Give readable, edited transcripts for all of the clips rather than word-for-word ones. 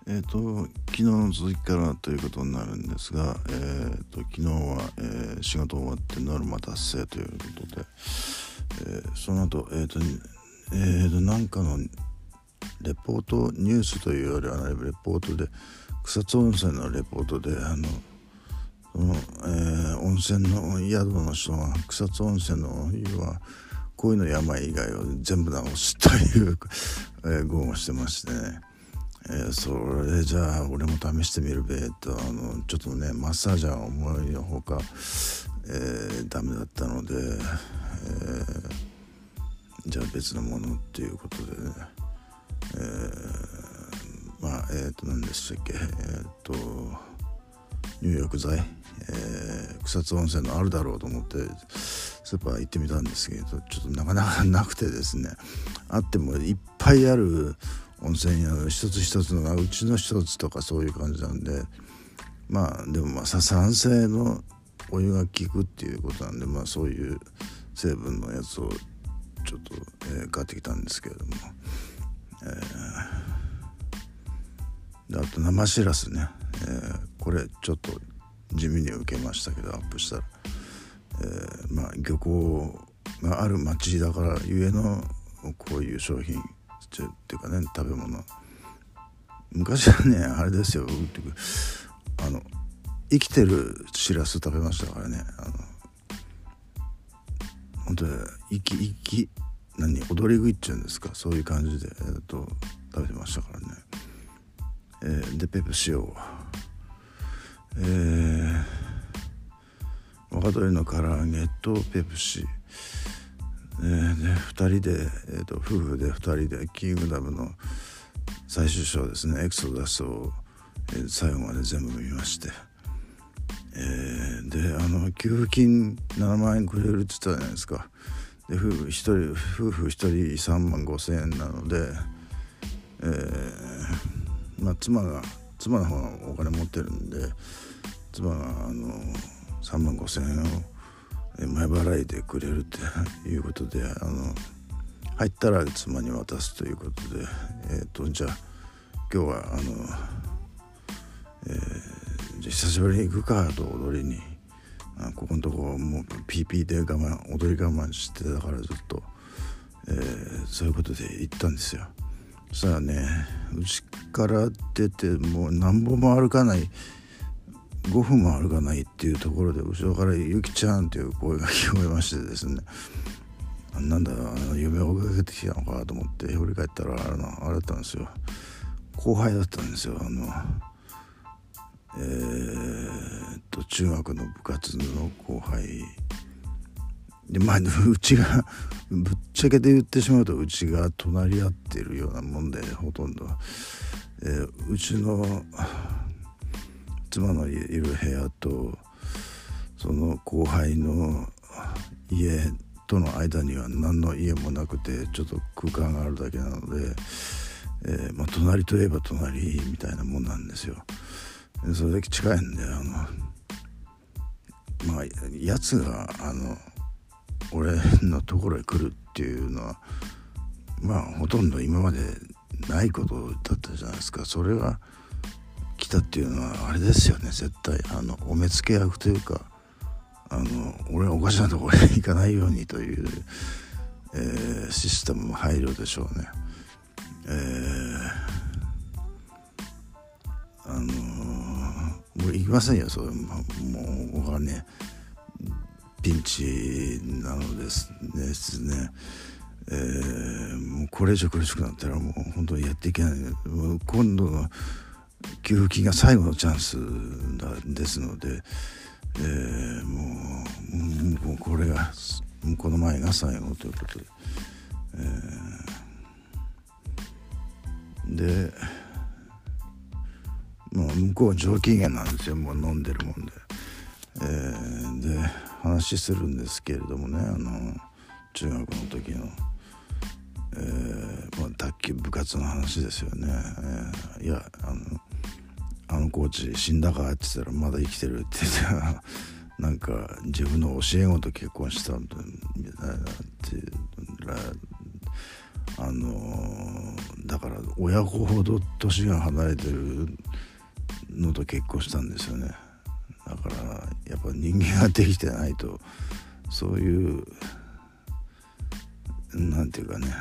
昨日の続きからということになるんですが、昨日は、仕事終わってノルマ達成ということで、その後、なんかのレポートニュースというよりはレポートで草津温泉のレポートでその、温泉の宿の人が草津温泉のお湯は恋の病以外を全部治すという、豪語してましてね、それじゃあ俺も試してみるべとちょっとねマッサージは思いのほか、ダメだったので、じゃあ別のものっていうことでね、何でしたっけ、入浴剤、草津温泉のあるだろうと思ってスーパー行ってみたんですけど、ちょっとなかなかなくてですね、あってもいっぱいある温泉や一つ一つのがうちの一つとかそういう感じなんで、でも酸性のお湯が効くっていうことなんで、そういう成分のやつをちょっと、買ってきたんですけれども、であと生しらすね、これちょっと地味に受けましたけどアップしたら、漁港がある町だからゆえのこういう商品っていうかね、食べ物昔はねあれですよ、生きてるしらす食べましたからね、本当に踊り食いっていうんですか、そういう感じで、食べてましたからね。でペプシを、若鶏の唐揚げとペプシ、で2人で、夫婦で2人でキングダムの最終章ですね、エクソダスを、最後まで全部見まして、で給付金7万円くれるって言ったじゃないですか。で夫婦一人3万5千円なので、妻の方がお金持ってるんで、妻が3万5千円を前払いでくれるっていうことで、入ったら妻に渡すということで、じゃあ今日はじゃあ久しぶりに行くかと踊りに、ここのとこもう PP で踊り我慢してたからずっと、そういうことで行ったんですよ。そしたらね、うちから出てもう何歩も歩かない、5分も歩かないっていうところで後ろからゆきちゃんっていう声が聞こえましてですね、なんだ夢を追いかけてきたのかと思って振り返ったらあれだったんですよ、後輩だったんですよ。中学の部活の後輩で、うちがぶっちゃけて言ってしまうとうちが隣り合ってるようなもんで、ほとんど、うちの妻のいる部屋とその後輩の家との間には何の家もなくて、ちょっと空間があるだけなので、隣といえば隣みたいなもんなんですよ。それだけ近いんで、やつが俺のところへ来るっていうのはほとんど今までないことだったじゃないですか。それが来たっていうのはあれですよね、絶対お目付け役というか、俺はおかしなところへ行かないようにという、システムも配慮でしょうね。もう行きませんよ、それもう僕はねピンチなのですね。もうこれ以上苦しくなったらもう本当にやっていけない。もう今度の給付金が最後のチャンスですので、もうこれがこの前が最後ということで、向こうは上機嫌なんですよ、もう飲んでるもんで、で話するんですけれどもね、中学の時の、卓球部活の話ですよね。いやコーチ死んだかって言ったらまだ生きてるって言って、なんか自分の教え子と結婚したみたいなってだから親子ほど年が離れてるのと結婚したんですよね。だからやっぱ人間ができてないとそういうなんていうかね、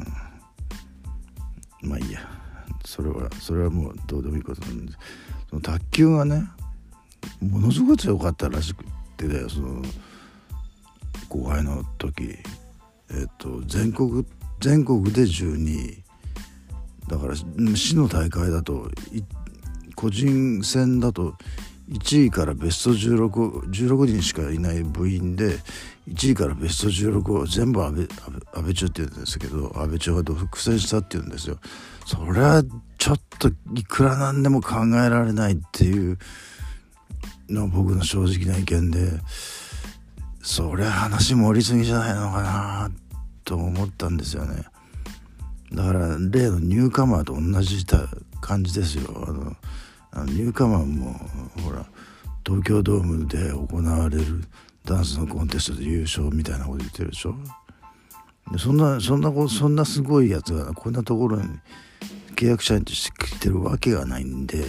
まあいいや、それはもうどうでもいいことなんです。その卓球がねものすごく強かったらしくてね、その後輩の時、全国で12位だから、市の大会だと個人戦だと1位からベスト16人しかいない部員で1位からベスト16を全部安倍長って言うんですけど、安倍長が独占したって言うんですよ。それはちょっといくらなんでも考えられないっていうのは僕の正直な意見で、そりゃ話盛りすぎじゃないのかなと思ったんですよね。だから例のニューカマーと同じ感じですよ。ニューカマーもほら東京ドームで行われるダンスのコンテストで優勝みたいなこと言ってるでしょ。でそんなすごいやつがこんなところに契約社員として来てるわけがないんで、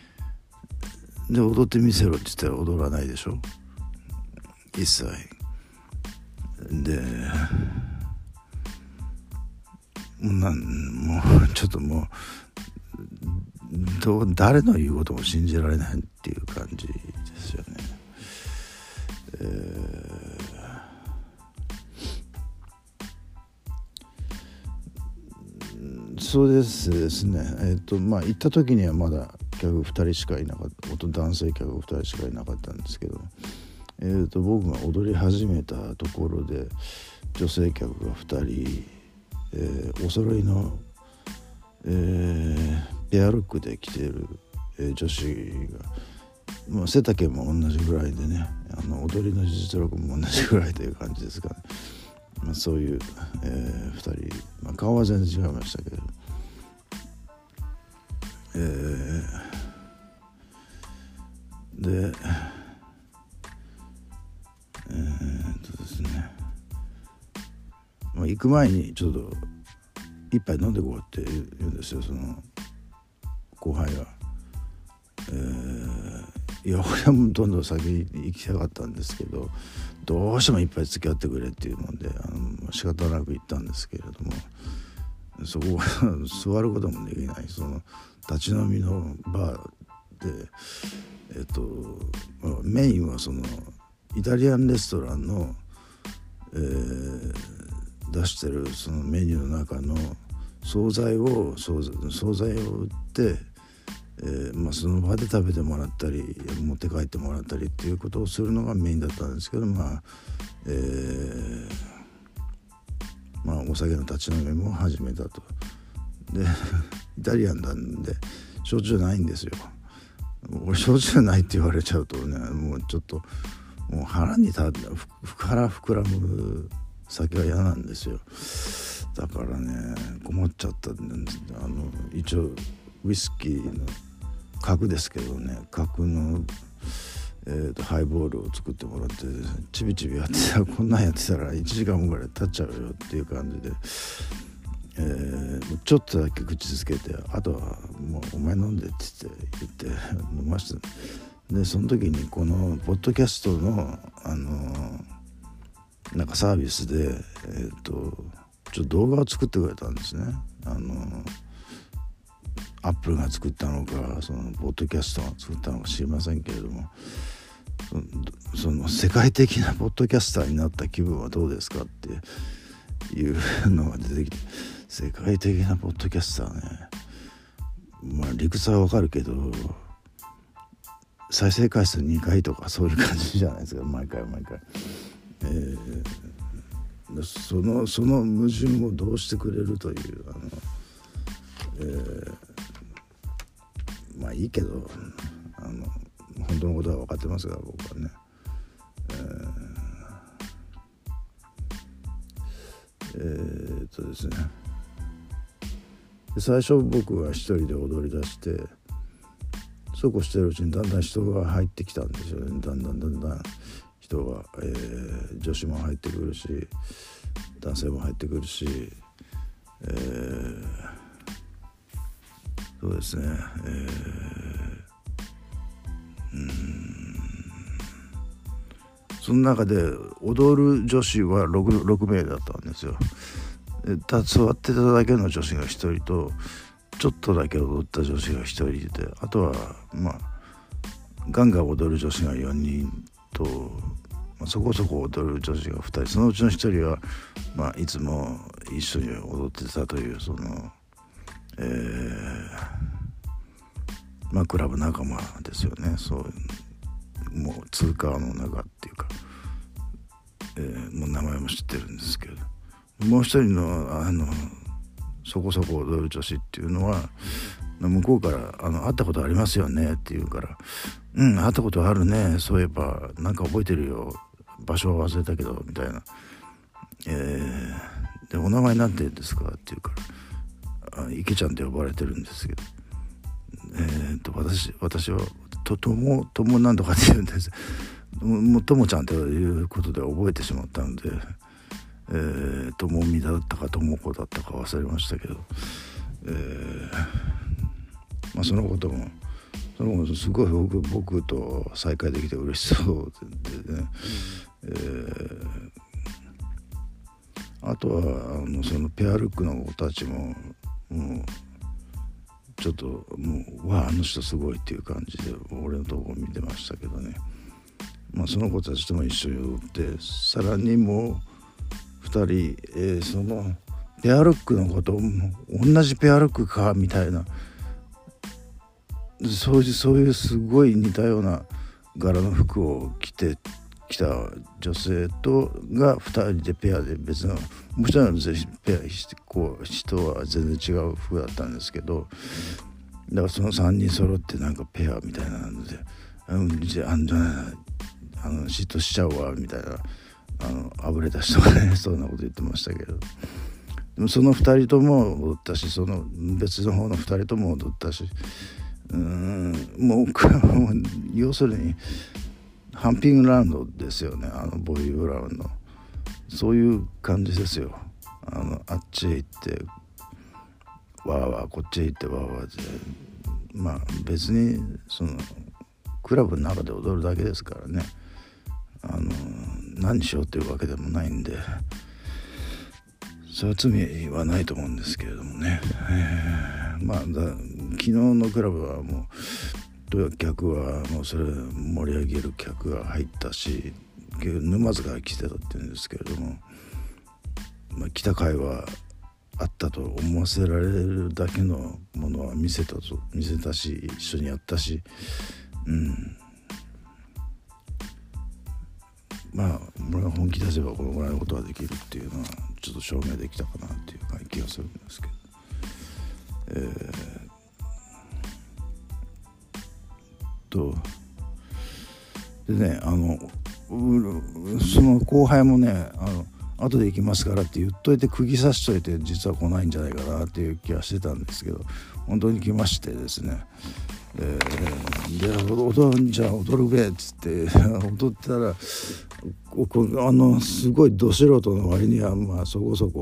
踊ってみせろって言ったら踊らないでしょ一切で、もうちょっともう誰の言うことも信じられないっていう感じですよね。そうですね。行った時にはまだ客2人しかいなかった、男性客2人しかいなかったんですけど、僕が踊り始めたところで女性客が2人、お揃いの、ペアルックで着ている、女子が、背丈も同じぐらいでね、踊りの実力も同じぐらいという感じですかね。そういう、2人、顔は全然違いましたけど、でですね、行く前にちょっと一杯飲んでこうって言うんですよ、その後輩が。いや俺もどんどん先に行きたかったんですけど、どうしても一杯付き合ってくれっていうので仕方なく行ったんですけれども、そこは座ることもできない、その立ち飲みのバーで、メインはそのイタリアンレストランの、出してるそのメニューの中の惣菜を売って、その場で食べてもらったり持って帰ってもらったりっていうことをするのがメインだったんですけど、お酒の立ち飲みも始めたと。でイタリアンなんで焼酎ないんですよ。俺焼酎ないって言われちゃうとね、もうちょっともう腹膨らむ酒は嫌なんですよ。だからね困っちゃったんで、一応ウイスキーの角ですけどね、角の、ハイボールを作ってもらってちびちびやってたら、こんなんやってたら1時間ぐらい経っちゃうよっていう感じで、ちょっとだけ口つけて、あとはもうお前飲んでって言って飲まして、でその時にこのポッドキャストのなんかサービスでちょっと動画を作ってくれたんですね。アップルが作ったのか、そのポッドキャストが作ったのか知りませんけれども、その世界的なポッドキャスターになった気分はどうですかっていうのが出てきて、世界的なポッドキャスターね、理屈はわかるけど再生回数2回とかそういう感じじゃないですか、毎回、その矛盾をどうしてくれるといういいけど本当のことは分かってますから僕はね、ですね、最初僕は一人で踊り出して、そうこうしてるうちにだんだん人が入ってきたんですよね。だんだん人が、女子も入ってくるし男性も入ってくるし、 そうですね、その中で踊る女子は 6名だったんですよ。座ってただけの女子が1人と、ちょっとだけ踊った女子が1人いて、あとはガンガン踊る女子が4人と、そこそこ踊る女子が2人、そのうちの1人は、いつも一緒に踊ってたというその、クラブ仲間ですよね。そうもう通過の中っていうか、もう名前も知ってるんですけど、もう一人のそこそこ踊る女子っていうのは、向こうから会ったことありますよねって言うから、会ったことあるね、そういえばなんか覚えてるよ、場所は忘れたけどみたいな、でお名前なんて言うんですかって言うから、池ちゃんって呼ばれてるんですけど、私はともなんとかって言うんです。もうともちゃんということで覚えてしまったので、ともみだったかともこだったか忘れましたけど、そのこともすごい僕と再会できて嬉しそうでね、あとはそのペアルックの子たちもちょっともうあの人すごいっていう感じで俺のとこ見てましたけどね。その子たちとも一緒に踊って、さらにもう2人、そのペアルックのことも同じペアルックかみたいな、そういうすごい似たような柄の服を着た女性が2人でペアで別の、もう一人のペア人は全然違う服だったんですけど、だからその3人揃ってなんかペアみたいなので、嫉妬しちゃうわみたいな、あぶれた人がねそんなこと言ってましたけど、でもその2人とも踊ったし、その別の方の2人とも踊ったし、もう要するにハンピングラウンドですよね、ボーイブラウンのそういう感じですよ。あっちへ行ってわーわー、こっちへ行ってわーわーで、別にそのクラブの中で踊るだけですからね、何しようっていうわけでもないんで、それは罪はないと思うんですけれどもね、昨日のクラブはもう客はもうそれ盛り上げる客が入ったし、沼津から来てたって言うんですけれども、来た会はあったと思わせられるだけのものは見せたし、一緒にやったし、俺が本気出せばこのぐらいのことができるっていうのはちょっと証明できたかなっていう気がするんですけど、でね、その後輩もね、後で行きますからって言っといて釘刺しといて実は来ないんじゃないかなっていう気がしてたんですけど、本当に来ましてですね、でじゃあ踊るべっつって踊ってたら、すごいど素人の割にはそこそこ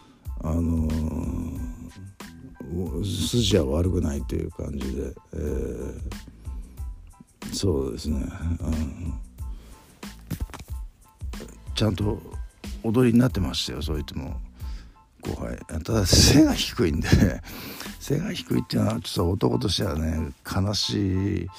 筋は悪くないという感じで、そうですね、ちゃんと踊りになってましたよ、そう言っても後輩。ただ背が低いんで背が低いっていうのはちょっと男としてはね、悲しい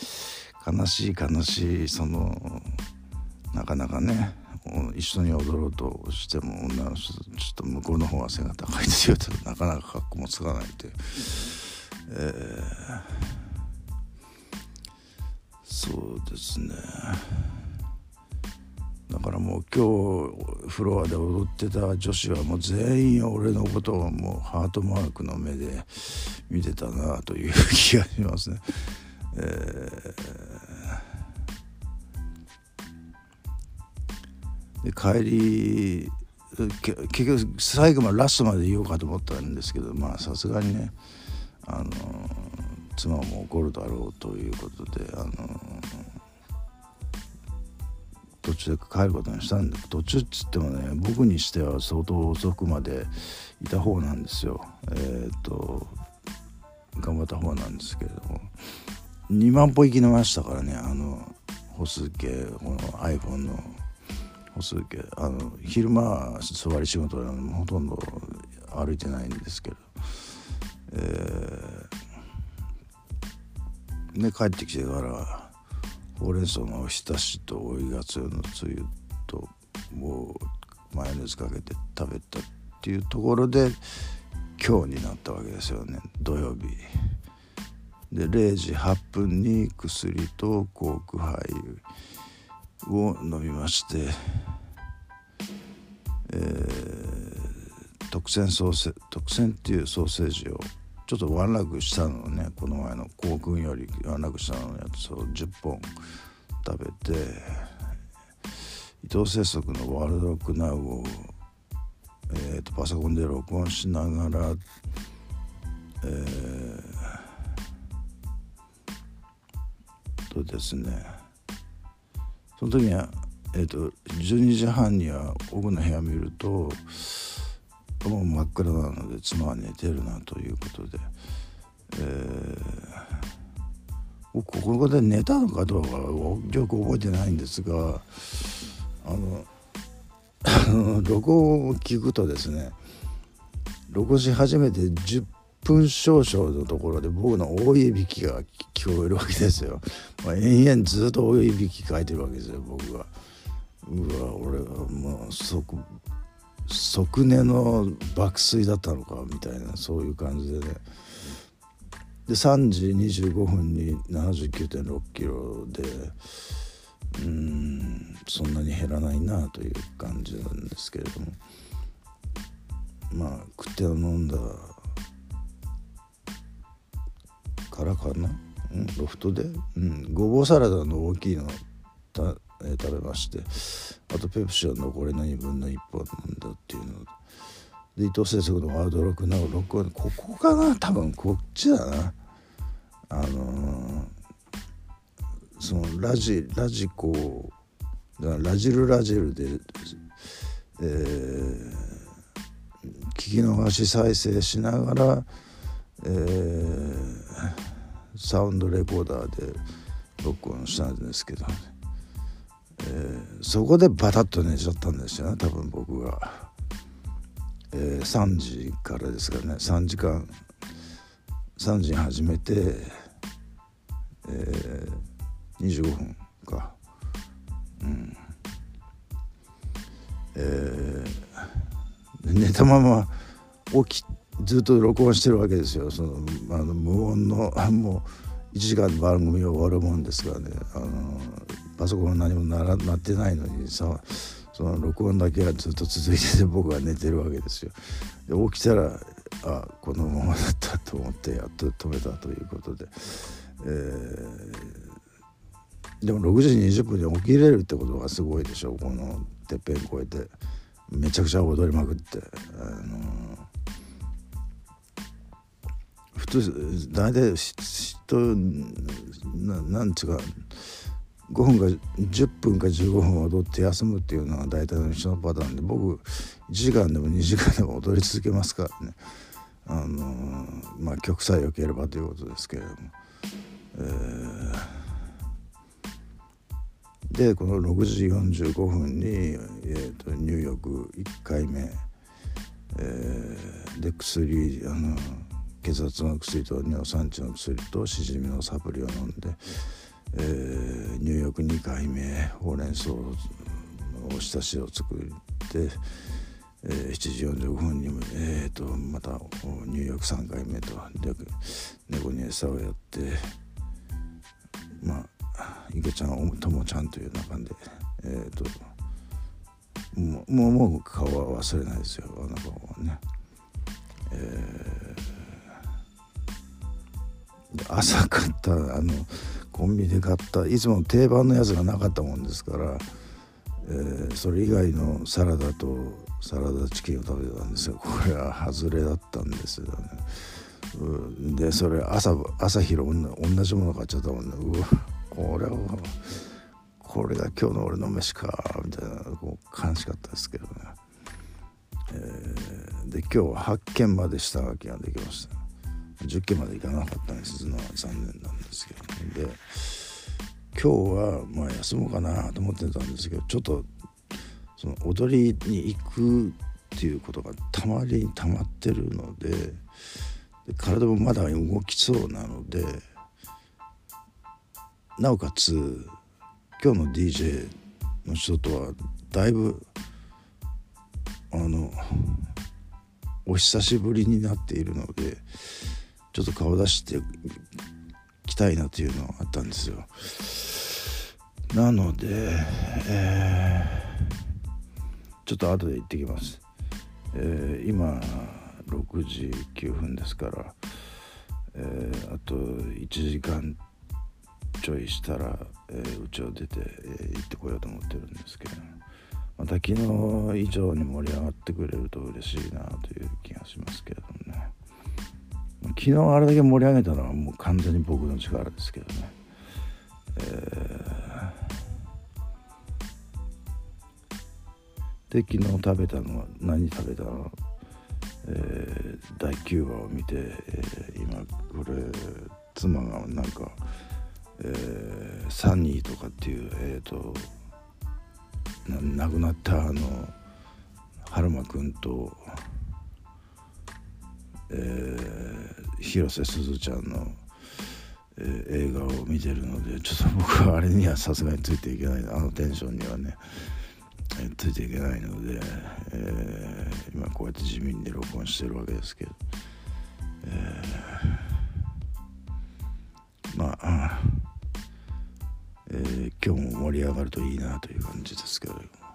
そのなかなかね一緒に踊ろうとしても女の人ちょっと向こうの方が背が高いですよとなかなか格好もつかないって、そうですね。だからもう今日フロアで踊ってた女子はもう全員俺のことをもうハートマークの目で見てたなという気がしますね。で帰り結局最後までラストまで言おうかと思ったんですけど、さすがにね妻も怒るだろうということで途中で帰ることにしたんで、途中っつってもね僕にしては相当遅くまでいた方なんですよ。 頑張った方なんですけれども、2万歩生きましたからね。歩数計、この iPhone の歩数計、昼間は座り仕事なのでほとんど歩いてないんですけど、で帰ってきてからほうれん草のおひたしと追いがつおのつゆともうマヨネーズかけて食べたっていうところで今日になったわけですよね。土曜日で0時8分に薬とコークハイを飲みまして、特選っていうソーセージをちょっとワンランク下のね、この前のコークンよりワンランク下のやつを10本食べて、伊藤製作のワールドロックナウを、パソコンで録音しながら、とですね、その時には、12時半には奥の部屋見るともう真っ暗なので妻は寝てるなということで、僕ここで寝たのかどうかよく覚えてないんですが、録音を聞くとですね、録音し始めて10分少々のところで僕の大いびきが聞こえるわけですよ。延々ずっと大いびき書いてるわけですよ、僕が。俺はもう即寝の爆睡だったのかみたいな、そういう感じでね。で3時25分に 79.6 キロで、そんなに減らないなという感じなんですけれども、まあ食って飲んだからかな、ロフトで、ごぼうサラダの大きいの食べまして、あとペプシを残りの2分の1本飲んだっていうので、伊藤製作のワールドロックナウ録音、ここかな、多分こっちだな。そのラジコラジルで、聞き逃し再生しながら、サウンドレコーダーで録音したんですけど、そこでバタッと寝ちゃったんですよね、多分僕が。3時からですからね、3時に始めて、25分か、寝たままずっと録音してるわけですよ。その無音のもう1時間の番組が終わるもんですからね、パソコンは何もなってないのにさ、その録音だけがずっと続いてて僕は寝てるわけですよ。で起きたらこのままだったと思ってやっと止めたということで、でも6時20分に起きれるってことがすごいでしょ。このてっぺん越えてめちゃくちゃ踊りまくって、普通大体なんちゅうか5分か10分か15分踊って休むっていうのが大体の人のパターンで、僕1時間でも2時間でも踊り続けますからね。曲さえ良ければということですけれども、でこの6時45分に、ニューヨーク1回目、で薬血圧の薬と尿酸値の薬としじみのサプリを飲んで、ニューヨーク2回目ほうれん草のおひたしを作って、7時45分にまたニューヨーク3回目と猫に餌をやって、池ちゃんともちゃんという中で、もう顔は忘れないですよ、あの顔はね。朝買ったコンビニで買ったいつも定番のやつがなかったもんですから、それ以外のサラダとサラダチキンを食べてたんですよ。これは外れだったんですよね。でそれ朝昼同じもの買っちゃったもんね。これが今日の俺の飯かみたいな、悲しかったですけどね。で今日は8件まで下書きができました。 10件までいかなかったんですのは残念なんですけど、ね、で今日は休もうかなと思ってたんですけど、ちょっとその踊りに行くっていうことがたまりにたまってるので、体もまだ動きそうなので、なおかつ今日の DJ の人とはだいぶお久しぶりになっているので、ちょっと顔出してきたいなというのがあったんですよ。なので、ちょっと後で行ってきます。今6時9分ですから、あと1時間ちょいしたら、家を出て、行ってこようと思ってるんですけど、また昨日以上に盛り上がってくれると嬉しいなという気がしますけれどもね。昨日あれだけ盛り上げたのはもう完全に僕の力ですけどね。で昨日食べたのは何食べたの、第9話を見て、今これ妻がなんか、サニーとかっていう亡くなった春馬くんと、広瀬すずちゃんの、映画を見てるので、ちょっと僕はあれにはさすがについていけない、テンションにはね、ついていけないので、今こうやって地味に録音してるわけですけど、今日も盛り上がるといいなという感じですけど。